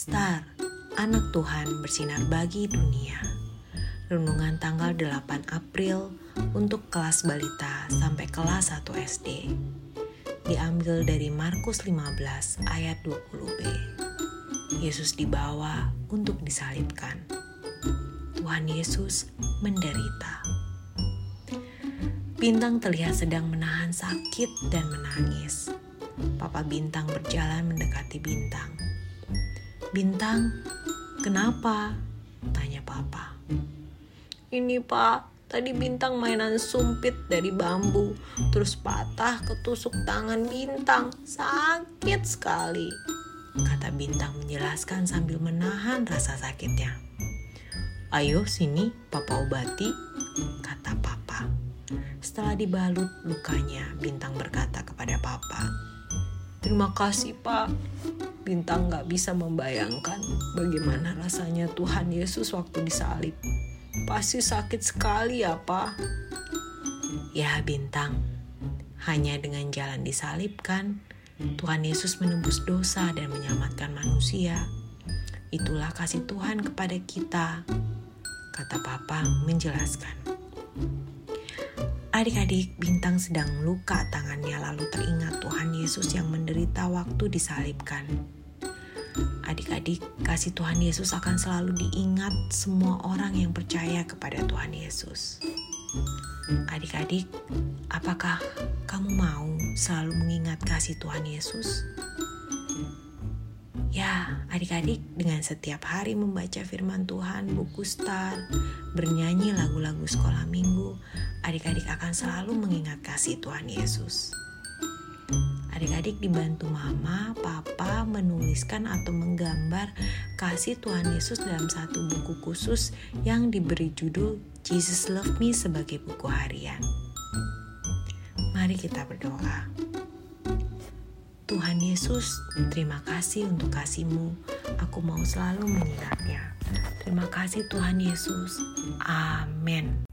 Star, anak Tuhan bersinar bagi dunia. Renungan tanggal 8 April untuk kelas balita sampai kelas 1 SD. Diambil dari Markus 15 ayat 20b. Yesus dibawa untuk disalibkan. Tuhan Yesus menderita. Bintang terlihat sedang menahan sakit dan menangis. Papa Bintang berjalan mendekati Bintang. "Bintang, kenapa?" tanya Papa. "Ini Pak, tadi Bintang mainan sumpit dari bambu, terus patah ketusuk tangan Bintang. Sakit sekali," kata Bintang menjelaskan sambil menahan rasa sakitnya. "Ayo sini, Papa obati," kata Papa. Setelah dibalut lukanya, Bintang berkata kepada Papa, "Terima kasih Pak. Bintang gak bisa membayangkan bagaimana rasanya Tuhan Yesus waktu disalib. Pasti sakit sekali ya Pak." "Ya Bintang, hanya dengan jalan disalibkan, Tuhan Yesus menebus dosa dan menyelamatkan manusia. Itulah kasih Tuhan kepada kita," kata Papa menjelaskan. Adik-adik, Bintang sedang luka tangannya lalu teringat Tuhan Yesus yang menderita waktu disalibkan. Adik-adik, kasih Tuhan Yesus akan selalu diingat semua orang yang percaya kepada Tuhan Yesus. Adik-adik, apakah kamu mau selalu mengingat kasih Tuhan Yesus? Ya, adik-adik dengan setiap hari membaca firman Tuhan, buku Star, bernyanyi lagu-lagu sekolah minggu, adik-adik akan selalu mengingat kasih Tuhan Yesus. Adik-adik dibantu mama, papa menuliskan atau menggambar kasih Tuhan Yesus dalam satu buku khusus yang diberi judul Jesus Love Me sebagai buku harian. Mari kita berdoa. Tuhan Yesus, terima kasih untuk kasih-Mu. Aku mau selalu mengingatnya. Terima kasih Tuhan Yesus. Amin.